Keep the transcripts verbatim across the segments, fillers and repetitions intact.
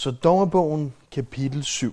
Så Dommerbogen, kapitel syv.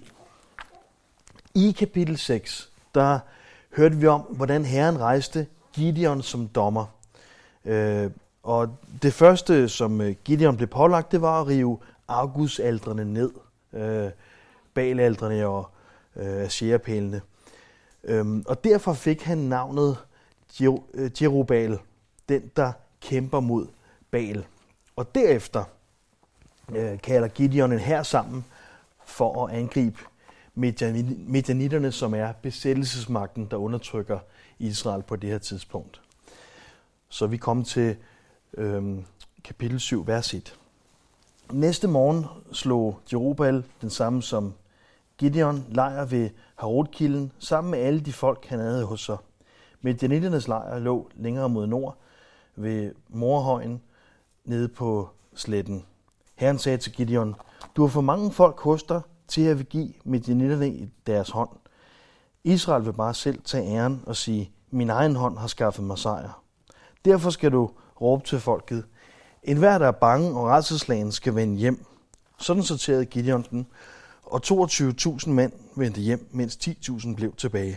I kapitel seks, der hørte vi om, hvordan Herren rejste Gideon som dommer. Øh, og det første, som Gideon blev pålagt, det var at rive afgudsaltrene ned. Øh, Baal-altrene og øh, Asherapælene. Øh, og derfor fik han navnet Jerubbaal, den der kæmper mod Baal. Og derefter øh, kalder Gideon en hær sammen for at angribe Midianitterne, som er besættelsesmagten, der undertrykker Israel på det her tidspunkt. Så vi kommer til øh, kapitel syv, vers et. Næste morgen slog Jerubbaal, den samme som Gideon, lejr ved Harodkilden, sammen med alle de folk, han havde hos sig. Midianitternes lejr lå længere mod nord ved Morhøjen, nede på sletten. Herren sagde til Gideon, du har for mange folk hos dig til at vil give Midianitterne i deres hånd. Israel vil bare selv tage æren og sige, min egen hånd har skaffet mig sejr. Derfor skal du råbe til folket, enhver der er bange og rædselsslagen skal vende hjem. Sådan sorterede Gideon den, og toogtyve tusind mænd vendte hjem, mens ti tusind blev tilbage.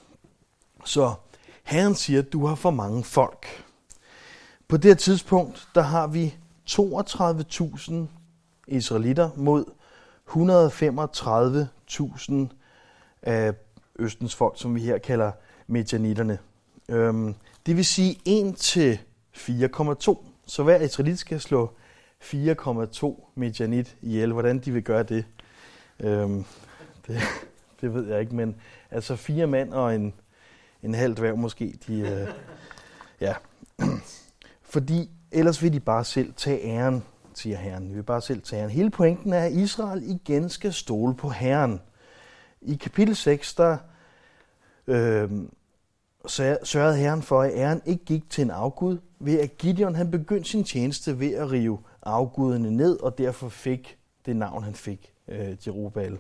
Så Herren siger, at du har for mange folk. På det her tidspunkt, der har vi toogtredive tusind israelitter mod et hundrede og femogtredive tusind af Østens folk, som vi her kalder Midianitterne. Øhm, det vil sige en til fire komma to. Så hver israelit skal slå fire komma to Midianit ihjel. Hvordan de vil gøre det, øhm, det, det ved jeg ikke. Men altså fire mand og en, en halv dværg måske. De, øh, ja. Fordi ellers vil de bare selv tage æren, siger Herren. De vil bare selv tage æren. Hele pointen er, at Israel igen skal stole på Herren. I kapitel seks, der øh, sørgede Herren for, at æren ikke gik til en afgud, ved at Gideon han begyndte sin tjeneste ved at rive afguderne ned, og derfor fik det navn, han fik, øh, Jerubbaal.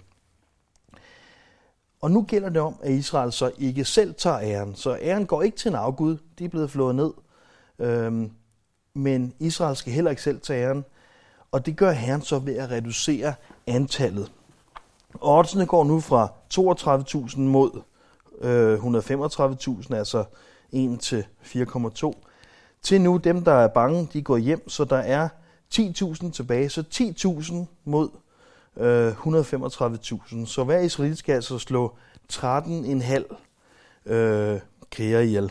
Og nu gælder det om, at Israel så ikke selv tager æren. Så æren går ikke til en afgud, de er blevet flået ned. Øhm, men Israel skal heller ikke selv tage æren, og det gør Herren så ved at reducere antallet. Oddsene går nu fra toogtredive tusind mod øh, et hundrede og femogtredive tusind, altså en til fire komma to. Til nu dem, der er bange, de går hjem, så der er ti tusind tilbage, så ti tusind mod øh, et hundrede og femogtredive tusind. Så hver israelit skal altså slå tretten komma fem øh, kriger ihjel.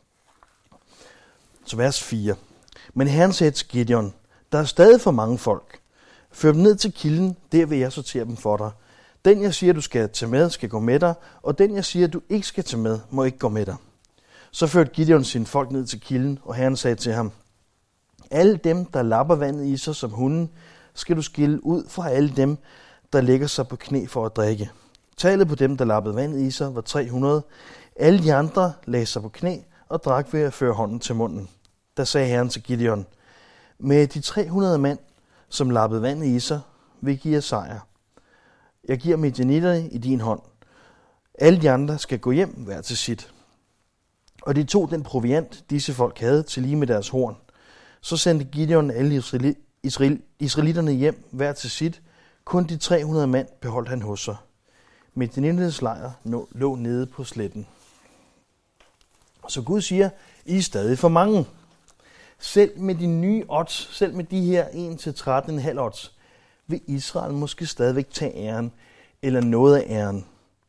Så vers fire. Men Herren sagde til Gideon, der er stadig for mange folk. Før dem ned til kilden, der vil jeg sortere dem for dig. Den jeg siger, du skal tage med, skal gå med dig, og den jeg siger, du ikke skal tage med, må ikke gå med dig. Så førte Gideon sine folk ned til kilden, og Herren sagde til ham, alle dem, der lapper vandet i sig som hunden, skal du skille ud fra alle dem, der lægger sig på knæ for at drikke. Tallet på dem, der lappede vandet i sig, var tre hundrede. Alle de andre lagde sig på knæ og drak ved at føre hånden til munden. Der sagde Herren til Gideon, med de tre hundrede mand, som lappede vandet i sig, vil give jer sejr. Jeg giver Midianitterne i din hånd. Alle de andre skal gå hjem hver til sit. Og de tog den proviant, disse folk havde, til lige med deres horn. Så sendte Gideon alle israel, israel, israelitterne hjem hver til sit. Kun de tre hundrede mand beholdt han hos sig. Midianitternes lejr lå nede på sletten. Så Gud siger, I er stadig for mange. Selv med de nye odds, selv med de her en til tretten komma fem odds, vil Israel måske stadigvæk tage æren, eller noget af æren.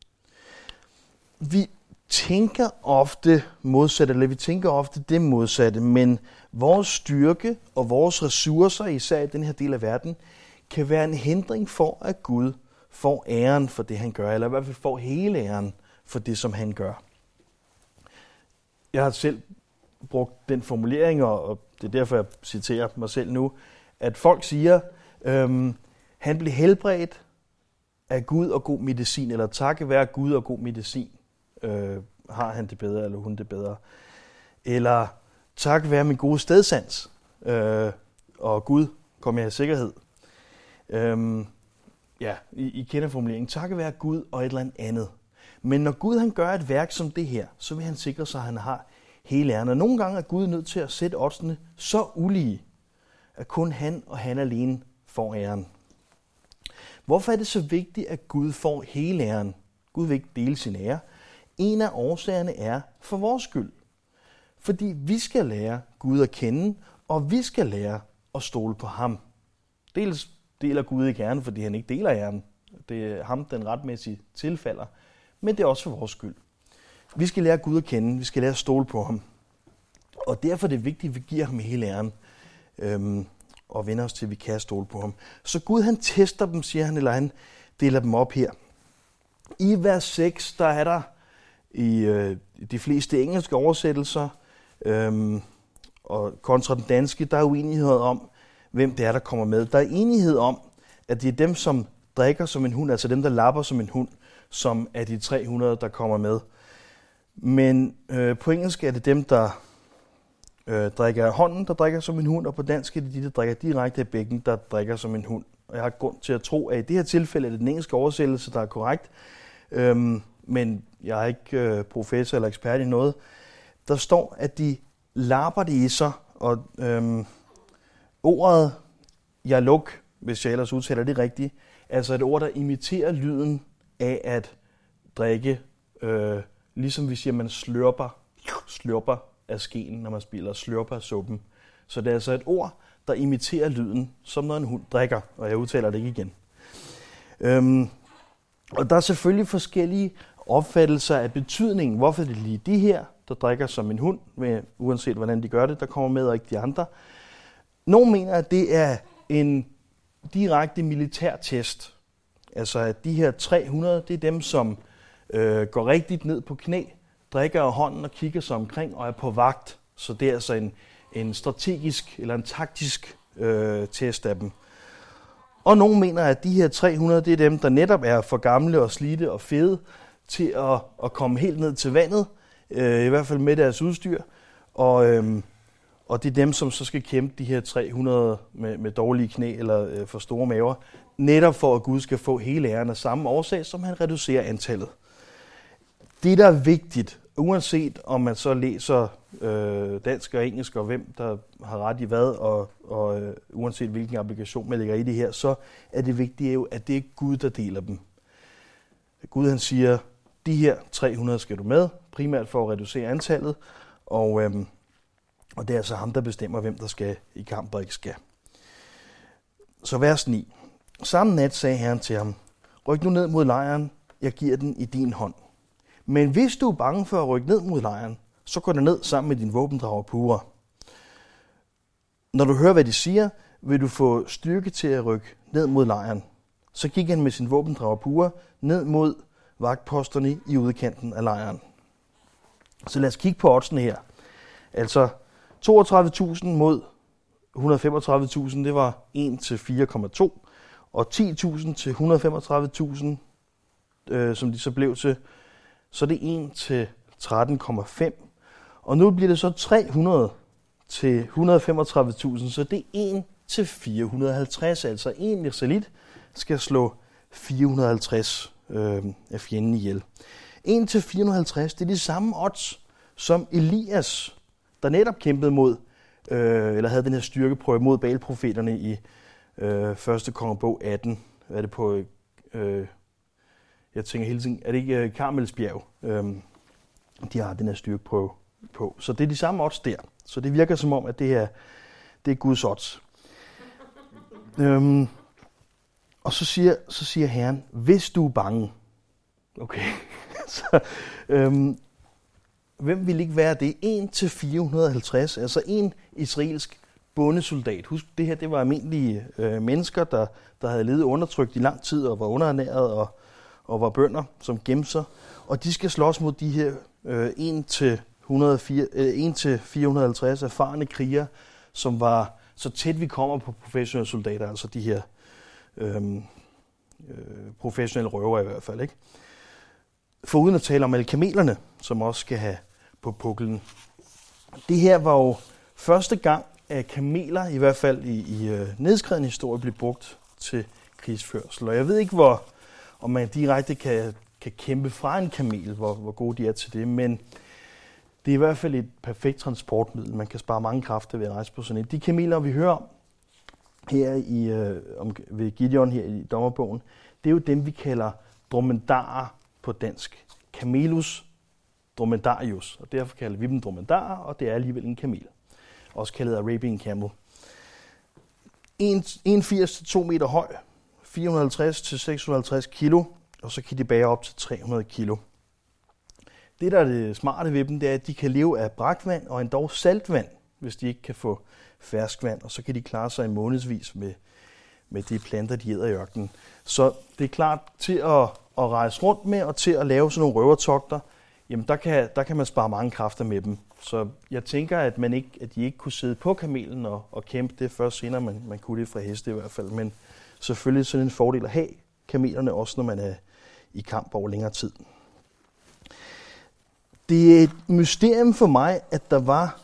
Vi tænker ofte modsat, eller vi tænker ofte det modsatte, men vores styrke og vores ressourcer, især i den her del af verden, kan være en hindring for, at Gud får æren for det, han gør, eller i hvert fald får hele æren for det, som han gør. Jeg har selv brugt den formulering, og det er derfor, jeg citerer mig selv nu, at folk siger, øhm, han blev helbredt af Gud og god medicin, eller takket være Gud og god medicin, øh, har han det bedre, eller hun det bedre. Eller takket være min gode stedsans, øh, og Gud kom jeg i sikkerhed. Øhm, ja, I, I kender formuleringen, takket være Gud og et eller andet. Men når Gud han gør et værk som det her, så vil han sikre sig, at han har hele æren. Og nogle gange er Gud nødt til at sætte oddsene så ulige, at kun han og han alene får æren. Hvorfor er det så vigtigt, at Gud får hele æren? Gud vil ikke dele sin ære. En af årsagerne er for vores skyld. Fordi vi skal lære Gud at kende, og vi skal lære at stole på ham. Dels deler Gud ikke æren, fordi han ikke deler æren. Det er ham, den retmæssigt tilfalder. Men det er også for vores skyld. Vi skal lære Gud at kende, vi skal lære at stole på ham. Og derfor er det vigtigt, at vi giver ham hele æren, øhm, og vender os til, at vi kan stole på ham. Så Gud han tester dem, siger han, eller han deler dem op her. I vers seks, der er der i øh, de fleste engelske oversættelser, øhm, og kontra den danske, der er uenighed om, hvem det er, der kommer med. Der er enighed om, at det er dem, som drikker som en hund, altså dem, der lapper som en hund, som er de tre hundrede, der kommer med. Men øh, på engelsk er det dem, der øh, drikker af hånden, der drikker som en hund, og på dansk er det de, der drikker direkte af bækken, der drikker som en hund. Og jeg har grund til at tro, at i det her tilfælde er det den engelske oversættelse, der er korrekt. Øhm, men jeg er ikke øh, professor eller ekspert i noget. Der står, at de lapper det i sig, og øhm, ordet yaluk, hvis jeg ellers udtaler det rigtigt, altså et ord, der imiterer lyden af at drikke, øh, ligesom vi siger, man slurper, slurper af skeen, når man spiller slurper af suppen. Så det er altså et ord, der imiterer lyden, som når en hund drikker, og jeg udtaler det ikke igen. Øhm, og der er selvfølgelig forskellige opfattelser af betydningen. Hvorfor er det lige de her, der drikker som en hund, med, uanset hvordan de gør det, der kommer med, og ikke de andre. Nogle mener, at det er en direkte militær test. Altså at de her tre hundrede, det er dem, som øh, går rigtigt ned på knæ, drikker af hånden og kigger sig omkring og er på vagt. Så det er altså en, en strategisk eller en taktisk øh, test af dem. Og nogle mener, at de her tre hundrede, det er dem, der netop er for gamle og slidte og fede til at, at komme helt ned til vandet, øh, i hvert fald med deres udstyr. Og, øh, og det er dem, som så skal kæmpe de her tre hundrede med, med dårlige knæ eller øh, for store maver, netop for at Gud skal få hele æren af samme årsag, som han reducerer antallet. Det, der er vigtigt, uanset om man så læser øh, dansk og engelsk, og hvem der har ret i hvad, og, og øh, uanset hvilken applikation man lægger i det her, så er det vigtige jo, at det er Gud, der deler dem. Gud han siger, de her tre hundrede skal du med, primært for at reducere antallet, og, øh, og det er altså ham, der bestemmer, hvem der skal i kamp og ikke skal. Så vers ni. Samme nat sagde Herren til ham, ryk nu ned mod lejren, jeg giver den i din hånd. Men hvis du er bange for at rykke ned mod lejren, så går du ned sammen med din våbendrager Pura. Når du hører, hvad de siger, vil du få styrke til at rykke ned mod lejren. Så gik han med sin våbendrager Pura ned mod vagtposterne i udkanten af lejren. Så lad os kigge på oddsene her. Altså toogtredive tusind mod et hundrede og femogtredive tusind, det var en til fire komma to. Og ti tusind til et hundrede og femogtredive tusind, øh, som de så blev til, så det er en til tretten komma fem. Og nu bliver det så tre hundrede til et hundrede og femogtredive tusind, så det er en til fire hundrede og halvtreds. Altså en irsalit skal slå fire hundrede og halvtreds øh, af fjenden ihjel. en til fire hundrede og halvtreds, det er de samme odds som Elias, der netop kæmpede mod, øh, eller havde den her styrkeprøve mod Baal-profeterne i øh, første kongebog atten. Hvad er det på... Øh, Jeg tænker hele tiden, er det ikke Karmelsbjerg, øhm, de har den her styrkeprøve på. Så det er de samme odds der. Så det virker som om, at det er, det er Guds odds. øhm, og så siger, så siger Herren, hvis du er bange. Okay. så, øhm, hvem vil ikke være det? en til fire hundrede og halvtreds, altså en israelsk bondesoldat. Husk, det her det var almindelige øh, mennesker, der, der havde levet undertrykt i lang tid og var underernæret og og var bønder, som gemte sig, og de skal slås mod de her øh, en til fire hundrede og halvtreds erfarne krigere, som var så tæt vi kommer på professionelle soldater, altså de her øh, øh, professionelle røver i hvert fald, ikke? Foruden at tale om alle kamelerne, som også skal have på puklen. Det her var jo første gang, at kameler, i hvert fald i, i øh, nedskreven historie, blev brugt til krigsførsel. Og jeg ved ikke, hvor om man direkte kan, kan kæmpe fra en kamel, hvor, hvor gode de er til det, men det er i hvert fald et perfekt transportmiddel. Man kan spare mange kræfter ved at rejse på sådan et. De kameler, vi hører om, her i, øh, om, ved Gideon her i dommerbogen, det er jo dem, vi kalder dromedarer på dansk. Camelus dromedarius, og derfor kalder vi dem dromedarer, og det er alligevel en kamel. Også kaldet Arabian camel. en komma firs til to meter høj, fire hundrede og halvtreds til seks hundrede og halvtreds kilo, og så kan de bære op til tre hundrede kilo. Det, der er det smarte ved dem, det er, at de kan leve af brakvand og endda saltvand, hvis de ikke kan få ferskvand, og så kan de klare sig i månedsvis med, med de planter, de æder i ørkenen. Så det er klart til at, at rejse rundt med og til at lave sådan nogle røvertogter, jamen der kan, der kan man spare mange kræfter med dem. Så jeg tænker, at, man ikke, at de ikke kunne sidde på kamelen og, og kæmpe det først senere, man, man kunne det fra heste i hvert fald. Men selvfølgelig sådan en fordel at have kamelerne, også når man er i kamp over længere tid. Det er et mysterium for mig, at der var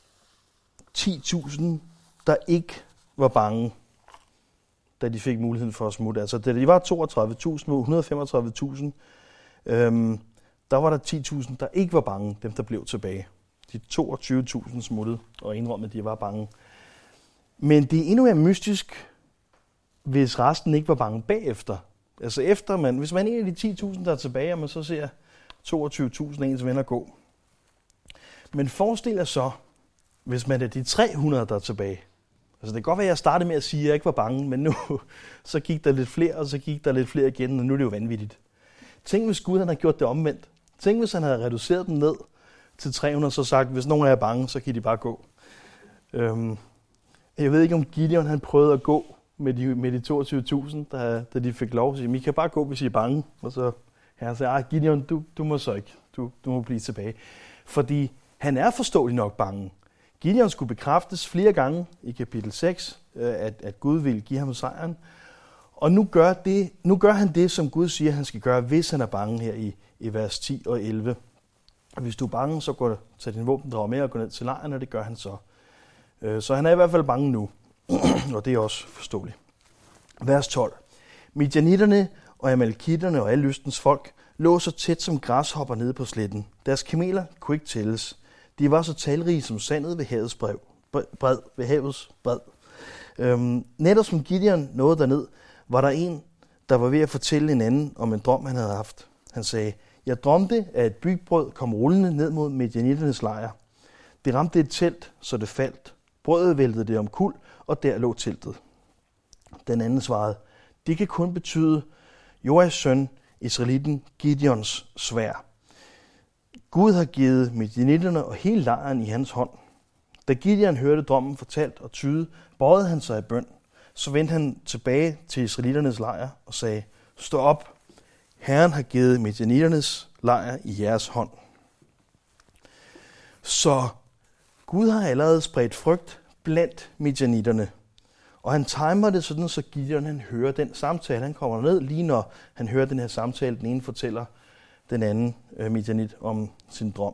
ti tusind, der ikke var bange, da de fik muligheden for at smutte. Altså, da de var toogtredive tusind, et hundrede og femogtredive tusind, øhm, der var der ti tusind, der ikke var bange, dem der blev tilbage. De toogtyve tusind smuttede og indrømmede, at de var bange. Men det er endnu mere mystisk, hvis resten ikke var bange bagefter. Altså efter man, hvis man er en af de ti tusind, der er tilbage, og man så ser toogtyve tusind ens venner gå. Men forestil jer så, hvis man er de tre hundrede, der er tilbage. Altså det kan godt være, at jeg startede med at sige, at jeg ikke var bange, men nu så gik der lidt flere, og så gik der lidt flere igen, og nu er det jo vanvittigt. Tænk, hvis Gud han havde gjort det omvendt. Tænk, hvis han havde reduceret dem ned til tre hundrede, så sagt, hvis nogen af jer er bange, så kan de bare gå. Øhm, jeg ved ikke, om Gideon han prøvede at gå med de, med de toogtyve tusind, da, da de fik lov at sige, I kan bare gå, hvis I er bange. Og så han sagde, ah, Gideon, du, du må så ikke. Du, du må blive tilbage. Fordi han er forståeligt nok bange. Gideon skulle bekræftes flere gange i kapitel seks, at, at Gud ville give ham sejren. Og nu gør, det, nu gør han det, som Gud siger, han skal gøre, hvis han er bange her i, i vers ti og elleve. Og hvis du er bange, så gå, tag din våbendrag med og gå ned til lejren, og det gør han så. Så han er i hvert fald bange nu, og det er også forståeligt. Vers tolv. Midianitterne og amalekitterne og alle lystens folk lå så tæt som græshopper nede på sletten. Deres kameler kunne ikke tælles. De var så talrige som sandet ved havets brev, bred, ved havets bred. Øhm, netop som Gideon nåede derned, var der en, der var ved at fortælle en anden om en drøm, han havde haft. Han sagde, jeg drømte, at et bygbrød kom rullende ned mod midianitternes lejr. Det ramte et telt, så det faldt. Brødet væltede det omkuld, og der lå teltet. Den anden svarede, det kan kun betyde Joas søn, israelitten Gideons sværd. Gud har givet midianitterne og hele lejren i hans hånd. Da Gideon hørte drømmen fortalt og tydet, bøjede han sig i bøn. Så vendte han tilbage til israelitternes lejr og sagde, stå op, Herren har givet midianitternes lejr i jeres hånd. Så Gud har allerede spredt frygt blandt midianitterne. Og han timer det sådan, så Gideon han hører den samtale. Han kommer ned lige når han hører den her samtale. Den ene fortæller den anden øh, midianit om sin drøm.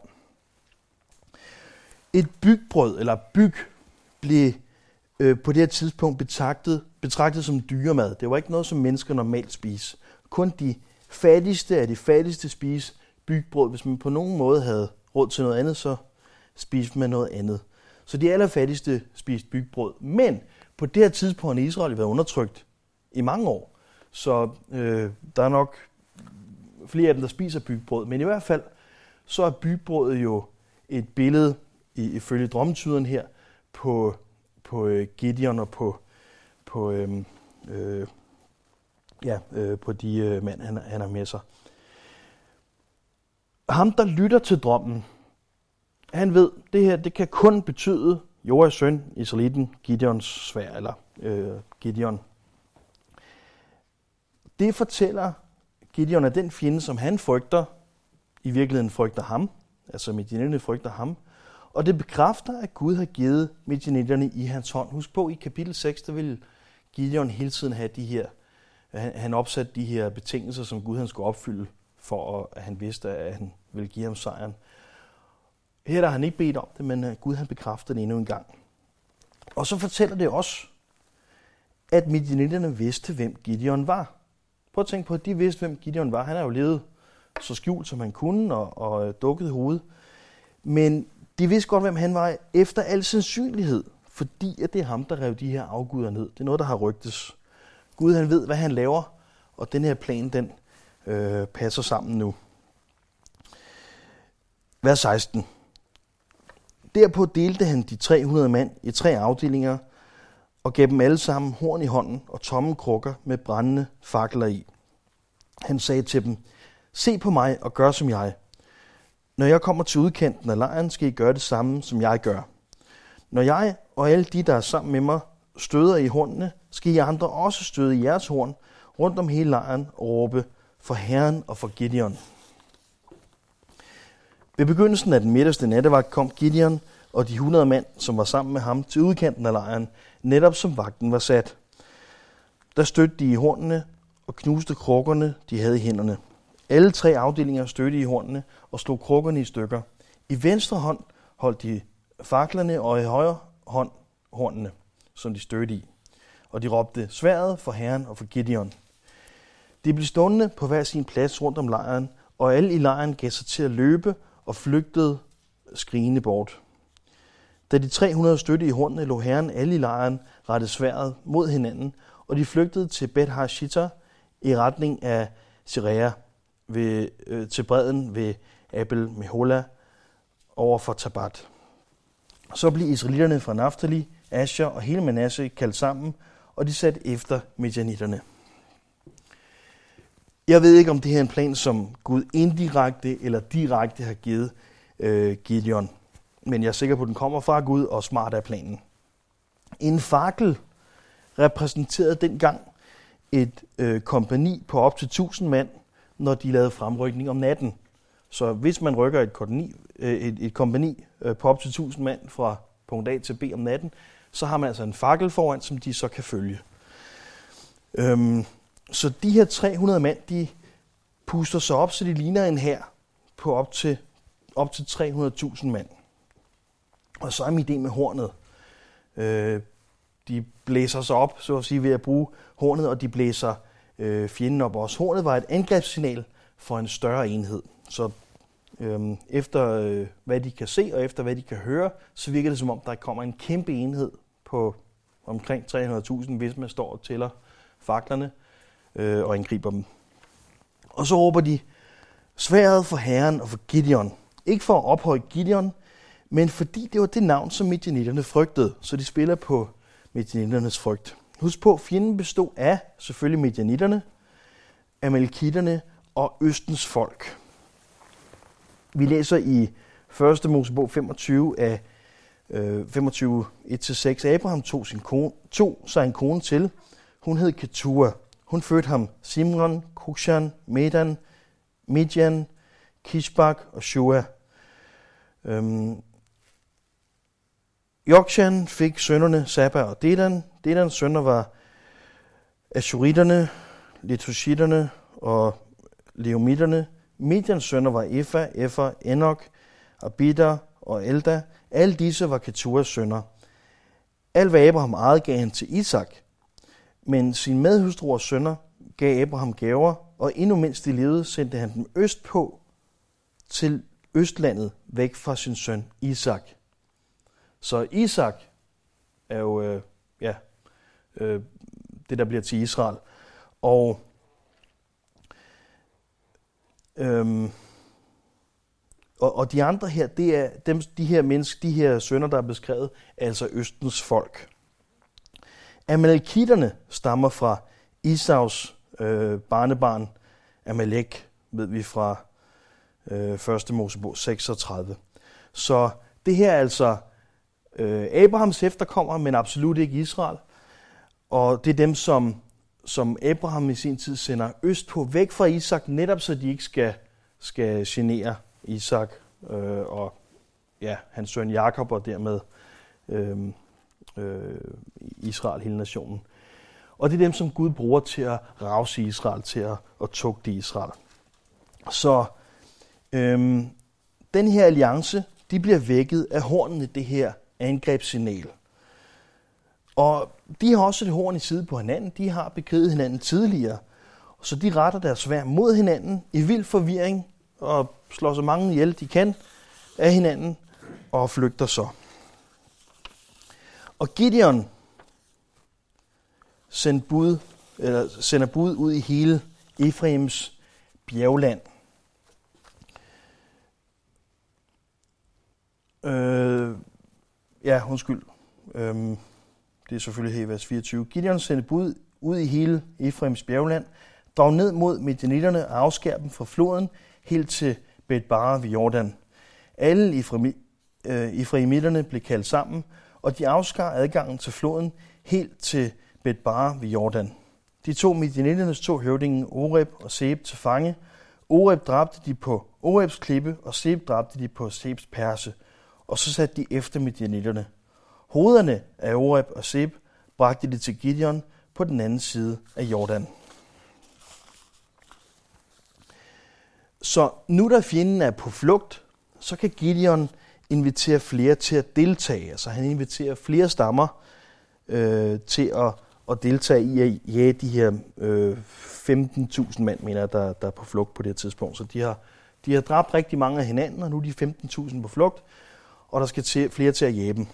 Et bygbrød eller byg blev øh, på det her tidspunkt betragtet, betragtet som dyremad. Det var ikke noget, som mennesker normalt spiser. Kun de fattigste af de fattigste spiste bygbrød. Hvis man på nogen måde havde råd til noget andet, så spiste man noget andet. Så de allerfattigste spiste bygbrød. Men på det her tidspunkt har Israel været undertrykt i mange år. Så øh, der er nok flere af dem, der spiser bygbrød. Men i hvert fald, så er bygbrødet jo et billede, ifølge drømmetyderen her, på, på Gideon og på, på, øh, øh, ja, øh, på de øh, mænd, han, han har med sig. Ham, der lytter til drømmen, han ved, det her det kan kun betyde Joas søn, israelitten, Gideons sværd, eller øh, Gideon. Det fortæller Gideon, at den fjende, som han frygter, i virkeligheden frygter ham, altså midianitterne frygter ham, og det bekræfter, at Gud har givet midianitterne i hans hånd. Husk på, i kapitel seks, der vil Gideon hele tiden have de her, han, han opsat de her betingelser, som Gud han skulle opfylde, for at han vidste, at han ville give ham sejren. Her der har han ikke bedt om det, men Gud han bekræfter det endnu en gang. Og så fortæller det også, at midianitterne vidste, hvem Gideon var. Prøv at tænke på, at de vidste, hvem Gideon var. Han har jo levet så skjult, som han kunne, og, og dukket hovedet. Men de vidste godt, hvem han var efter al sandsynlighed. fordi at det er ham, der rev de her afguder ned. Det er noget, der har rygtes. Gud, han ved, hvad han laver, og den her plan, den øh, passer sammen nu. Vers seksten. Derpå delte han de tre hundrede mand i tre afdelinger, og gav dem alle sammen horn i hånden og tomme krukker med brændende fakler i. Han sagde til dem, se på mig og gør som jeg. Når jeg kommer til udkanten af lejren, skal I gøre det samme, som jeg gør. Når jeg og alle de, der er sammen med mig, støder i hornene, skal I andre også støde i jeres horn rundt om hele lejren og råbe for Herren og for Gideon. Ved begyndelsen af den midterste nattevagt kom Gideon og de hundrede mand, som var sammen med ham, til udkanten af lejren, netop som vagten var sat. Der stødte de i hornene og knuste krukkerne, de havde i hænderne. Alle tre afdelinger stødte i hornene og slog krukkerne i stykker. I venstre hånd holdt de faklerne, og i højre hånd hornene, som de stødte i. Og de råbte sværdet for Herren og for Gideon. De blev stående på hver sin plads rundt om lejren, og alle i lejren gav sig til at løbe og flygtede skrigende bort. Da de tre hundrede stødte i hornene, lå Herren alle i lejren rettet sværdet mod hinanden, og de flygtede til Bet Hashita i retning af Sirea ved, øh, til bredden ved Abel Mehola over for Tabat. Så blev israelitterne fra Naftali, Asher og hele Manasse kaldt sammen, og de satte efter midjanitterne. Jeg ved ikke, om det her er en plan, som Gud indirekte eller direkte har givet øh, Gideon, men jeg er sikker på, at den kommer fra Gud, og smart er planen. En fakkel repræsenterede dengang et øh, kompagni på op til tusind mand, når de lavede fremrykning om natten. Så hvis man rykker et kompagni, øh, et, et kompagni øh, på op til tusind mand fra punkt A til B om natten, så har man altså en fakkel foran, som de så kan følge. Øhm, så de her tre hundrede mand, de puster sig op, så de ligner en hær på op til, op til tre hundrede tusind mand. Og så er min idé med hornet. Øh, de blæser sig op, så at sige, ved at bruge hornet, og de blæser øh, fjenden op også. Hornet var et angrebssignal for en større enhed. Så øh, efter øh, hvad de kan se, og efter hvad de kan høre, så virker det som om, der kommer en kæmpe enhed på omkring tre hundrede tusind, hvis man står og tæller faklerne øh, og angriber dem. Og så råber de, sværdet for Herren og for Gideon. Ikke for at ophøje Gideon, men fordi det var det navn, som midjanitterne frygtede, så de spiller på midjanitternes frygt. Husk på, fjenden bestod af selvfølgelig midjanitterne, amalekitterne og østens folk. Vi læser i første Mosebog femogtyve af øh, femogtyve et til seks. Abraham tog, sin kone, tog sig en kone til. Hun hed Ketura. Hun fødte ham Simron, Kushan, Medan, Midjan, Kishbak og Shua. Øhm, Jokshan fik sønnerne Saba og Dedan. Dedans sønner var Ashuritterne, Letushitterne og Leomitterne. Midjans sønner var Efa, Efer, Enok, Abida og Elda. Alle disse var Keturas sønner. Alt hvad Abraham ejede, gav han til Isak. Men sin medhustruers sønner gav Abraham gaver, og endnu mens de levede, sendte han dem østpå til østlandet, væk fra sin søn Isak. Så Isak er jo øh, ja, øh, det, der bliver til Israel. Og, øhm, og, og de andre her, det er dem, de her mennesker, de her sønner, der er beskrevet, altså østens folk. Amalekitterne stammer fra Isaus øh, barnebarn Amalek, ved vi fra øh, første Mosebog seksogtredive. Så det her er altså øh, Abrahams efterkommere, men absolut ikke Israel. Og det er dem, som, som Abraham i sin tid sender østpå, væk fra Isak, netop så de ikke skal, skal genere Isak øh, og ja, hans søn Jakob, og dermed øh, øh, Israel, hele nationen. Og det er dem, som Gud bruger til at rause Israel, til at, at tugte Israel. Så øh, den her alliance, de bliver vækket af hornene, det her angrebssignal. Og de har også et horn i side på hinanden. De har bekriget hinanden tidligere. Så de retter deres sværd mod hinanden i vild forvirring og slår så mange ihjel, de kan af hinanden og flygter så. Og Gideon sender bud, eller sender bud ud i hele Efraims bjergland. Øh, ja, undskyld. Øhm, det er selvfølgelig her i vers fireogtyve. Gideon sendte bud ud i hele Efraims bjergland, drog ned mod Midianitterne og afskær dem fra floden helt til Bet-Bara ved Jordan. Alle Efraimitterne blev kaldt sammen, og de afskar adgangen til floden helt til Bet-Bara ved Jordan. De tog Midianitternes to høvdinge, Oreb og Seb, til fange. Oreb dræbte de på Orebs klippe, og Seb dræbte de på Sebs perse, og så satte de efter Midianitterne. Hovederne af Oreb og Seb bragte de til Gideon på den anden side af Jordan. Så nu da fjenden er på flugt, så kan Gideon invitere flere til at deltage. Altså han inviterer flere stammer øh, til at, at deltage i at jage de her øh, femten tusind mand, mener jeg, der, der er på flugt på det her tidspunkt. Så de har, de har dræbt rigtig mange af hinanden, og nu er de femten tusind på flugt, og der skal til, flere til at jage dem.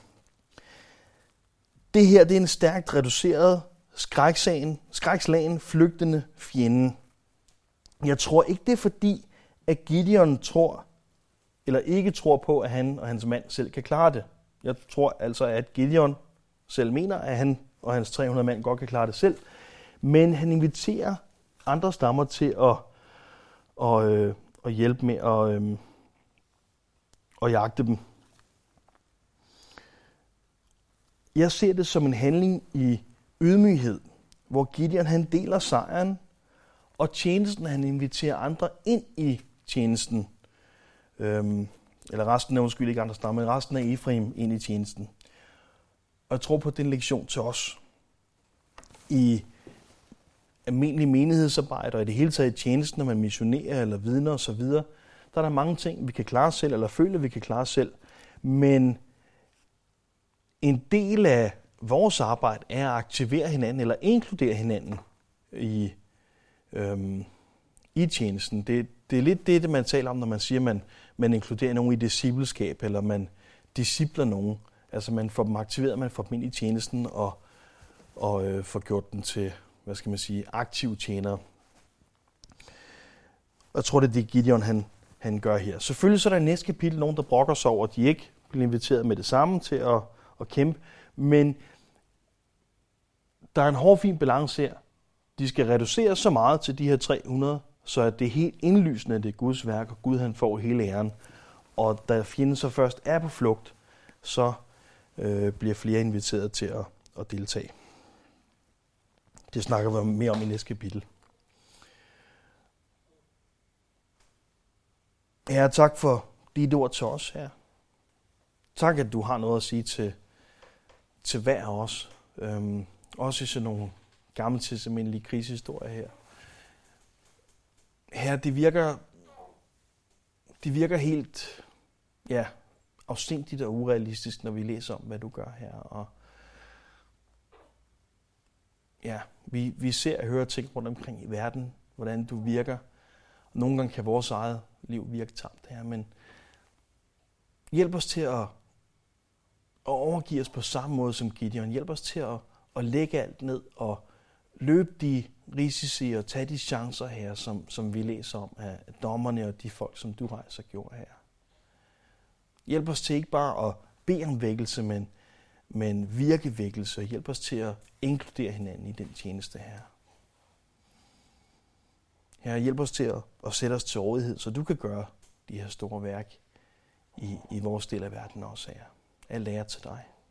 Det her det er en stærkt reduceret skræksagen, skrækslagen flygtende fjende. Jeg tror ikke, det er fordi, at Gideon tror, eller ikke tror på, at han og hans mand selv kan klare det. Jeg tror altså, at Gideon selv mener, at han og hans tre hundrede mand godt kan klare det selv. Men han inviterer andre stammer til at, at, øh, at hjælpe med at, øh, at jagte dem. Jeg ser det som en handling i ydmyghed, hvor Gideon han deler sejren, og tjenesten han inviterer andre ind i tjenesten. Øhm, eller resten af, undskyld ikke andre stammer, men resten af Efraim ind i tjenesten. Og jeg tror på, at det er en lektion til os. I almindelig menighedsarbejde, og i det hele taget i tjenesten, når man missionerer eller vidner osv., der er der mange ting, vi kan klare selv, eller føler, vi kan klare selv. Men en del af vores arbejde er at aktivere hinanden, eller inkludere hinanden i, øhm, i tjenesten. Det, det er lidt det, man taler om, når man siger, at man, man inkluderer nogen i discipleskab, eller man discipler nogen. Altså man får dem aktiveret, man får dem ind i tjenesten, og, og øh, får gjort dem til, hvad skal man sige, aktive tjenere. Jeg tror, det er det, Gideon han, han gør her. Selvfølgelig så er der i næste kapitel nogen, der brokker sig over, at de ikke bliver inviteret med det samme til at, at kæmpe, men der er en hård, fin balance her. De skal reducere så meget til de her tre hundrede, så at det er helt indlysende, at det er Guds værk, og Gud han får hele æren. Og da fjenden så først er på flugt, så øh, bliver flere inviteret til at, at deltage. Det snakker vi mere om i næste kapitel. Herre, tak for dit ord til os her. Tak, at du har noget at sige til, til hver af os. Øhm, også i sådan nogle gammeltestamentlige krisehistorier her. Herre, det virker, det virker helt ja, afsindigt og urealistisk, når vi læser om, hvad du gør her. Og ja, vi, vi ser og hører ting rundt omkring i verden, hvordan du virker. Nogle gange kan vores eget liv virke tamt her, men hjælp os til at, at overgive os på samme måde som Gideon. Hjælp os til at, at lægge alt ned og løbe de risici og tage de chancer her, som, som vi læser om af dommerne og de folk, som du rejser gjort her. Hjælp os til ikke bare at bede om vækkelse, men, men virke vækkelse. Hjælp os til at inkludere hinanden i den tjeneste her. Herre, hjælp os til at, at sætte os til rådighed, så du kan gøre de her store værk i, i vores del af verden også, Herre. Al ære til dig.